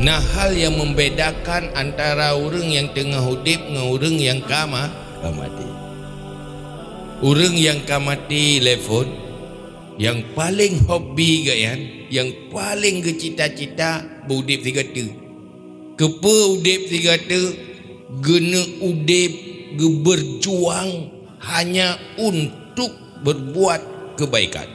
Nah, hal yang membedakan antara orang yang tengah hidup dengan orang yang mati. Orang yang mati telefon, yang paling hobi gayan, yang paling cita-cita udip tiga tu. Kepa udip tiga tu, gena udip berjuang hanya untuk berbuat kebaikan.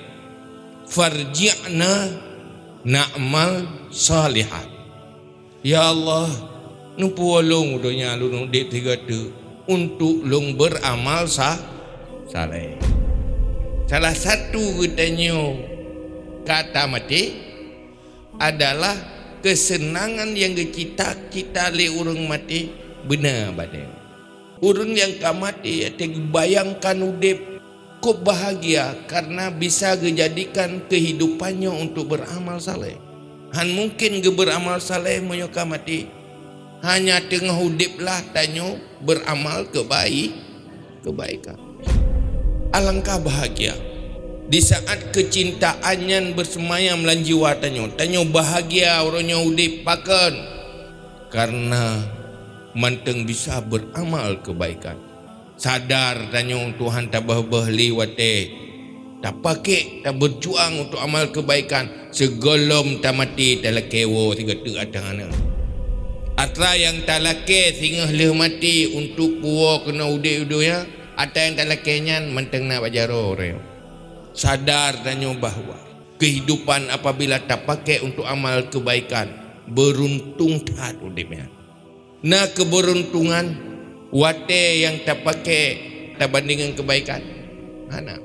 Farji'na na'mal salihat. Ya Allah, numpu long donya lu udip tiga tu untuk long beramal saleh. Salah satu katanya kata mati adalah kesenangan yang kita le orang mati benar badan. Orang yang mati bayangkan udip kok bahagia karena bisa dijadikan kehidupannya untuk beramal saleh. Han mungkin beramal saleh menyoka mati hanya tengah udip lah tanyo beramal kebaikan. Alangkah bahagia di saat kecintaannya bersemayam dalam jiwa tanyo bahagia orangnya udip pakan karena manteng bisa beramal kebaikan. Sadar tanyo Tuhan tak bahli wate tak pakai, tak berjuang untuk amal kebaikan segolom tak mati tak lakewo tiga tu adang ana. Atra yang tak lake sehingga leh mati untuk puwa kena udip-udip ya. Ada yang tak lakenyan menteng nak bajaro reo. Sadar tanyo bahawa kehidupan apabila tak pakai untuk amal kebaikan beruntung tak udipnya. Nah keberuntungan wate yang tak pakai tak bandingkan kebaikan. Mana?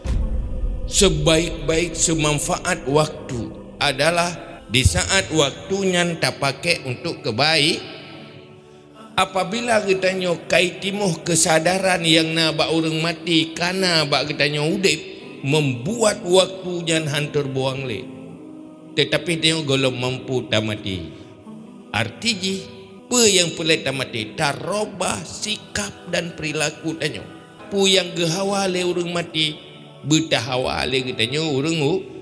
Sebaik-baik semanfaat waktu adalah di saat waktunya tak pakai untuk kebaikan. Apabila kitanya kaitimuh kesadaran yang nak bak orang mati karena bak kitanya udip membuat waktunya hantar buang le. Tetapi dia golong mampu tak mati. Artinya apa yang boleh tak mati tak robah sikap dan perilaku tanya. Pu yang gehawa le orang mati bertahawa le kitanya orang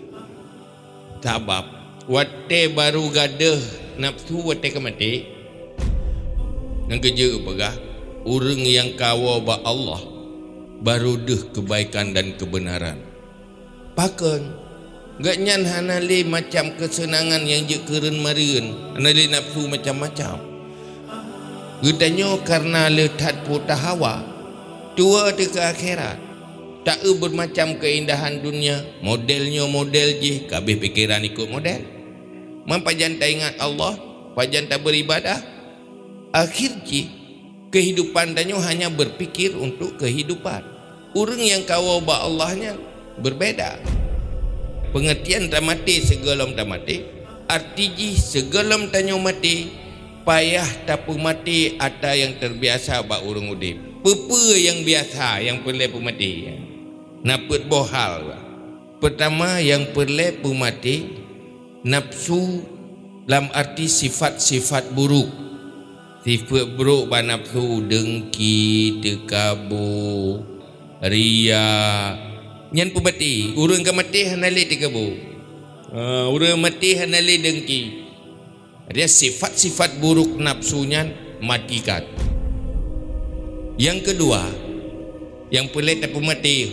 sabab wate baru gadah nafsu wate mati. Yang kerja apakah? Orang yang kawa ba Allah baru deh kebaikan dan kebenaran. Pakan gak nyan hanali macam kesenangan yang je keren marian. Hanali nafsu macam-macam. Getanya karena letat putah hawa tua di ke akhirat. Tak bermacam keindahan dunia. Modelnya model je. Kabeh pikiran ikut model. Mampajan tak ingat Allah. Pajan tak beribadah. Akhirnya kehidupan danyo hanya berpikir untuk kehidupan. Orang yang kawa ba Allahnya berbeza. Pengertian tak mati segelom tak mati. Artinya segelom tanyo mati payah tapu mati ada yang terbiasa ba orang udip. Pepe yang biasa yang perle mati. Naput bohal. Pertama yang perle mati nafsu dalam arti sifat-sifat buruk. Sifat buruk ba nafsu dengki, tekabu, ria. Nyan pun mati. Urang ka mati hanali tekabu. Urang mati hanali dengki. Dia sifat-sifat buruk nafsunya matikan. Yang kedua, yang pelik tak pun mati.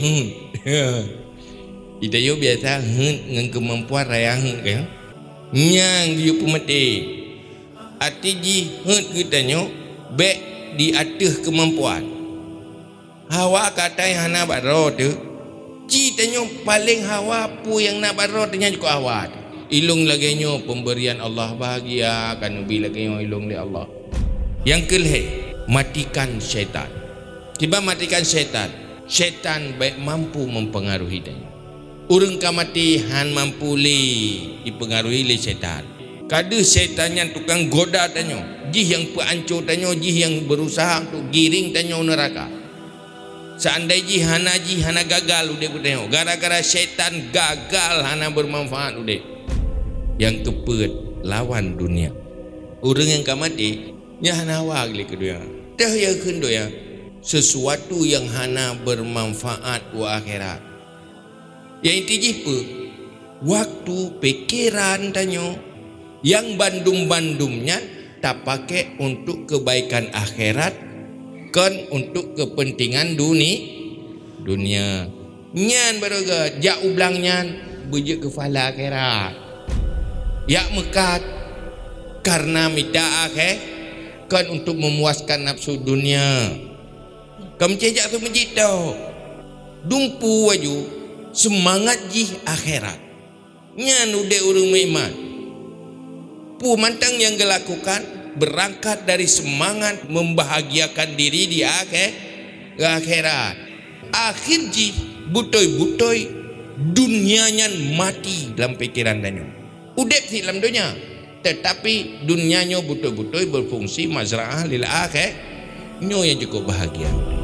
Kita yo biasa dengan kemampuan raya kan. Nyang dia pun mati. Artinya kitanya baik di atas kemampuan. Hawa kata yang nak baro tu, citanya paling hawa pu yang nak baro tanya juga hawa. Ilung lagi nyo pemberian Allah bahagia kan ubi lagi nyo ilung li Allah. Yang kelih matikan syaitan. Tiba matikan syaitan. Syaitan baik mampu mempengaruhi dia. Urang ka mati han mampu li dipengaruhi li syaitan. Kada syaitan yang tukang goda tanyo, jih yang peancur tanyo, jih yang berusaha untuk giring tanyo neraka. Seandainya hana gagal udah tanyo, gara-gara syaitan gagal hana bermanfaat udah. Yang kepet lawan dunia. Orang yang kamati, nya hana wagli kedua. Dah ya kendo ya, sesuatu yang hana bermanfaat wa akhirat. Yang intinya waktu pikiran tanyo Yang bandum-bandumnya tak pakai untuk kebaikan akhirat, kan untuk kepentingan dunia. Nyan baroga jak ublang nyan bejek kepala akhirat. Ya mekat karena minta akhir kan untuk memuaskan nafsu dunia. Kamu cejak tu menjid tau. Dumpu waju semangat jih akhirat. Nyan udah urung iman. Pu mantang yang dilakukan berangkat dari semangat membahagiakan diri di akhirat. Akhir jih butoi-butoi dunianya mati dalam pikiran danyo. Udep sih dalam dunia, tetapi dunianya butoi-butoi berfungsi mazra'ah lil akhir. Nyo yang cukup bahagia.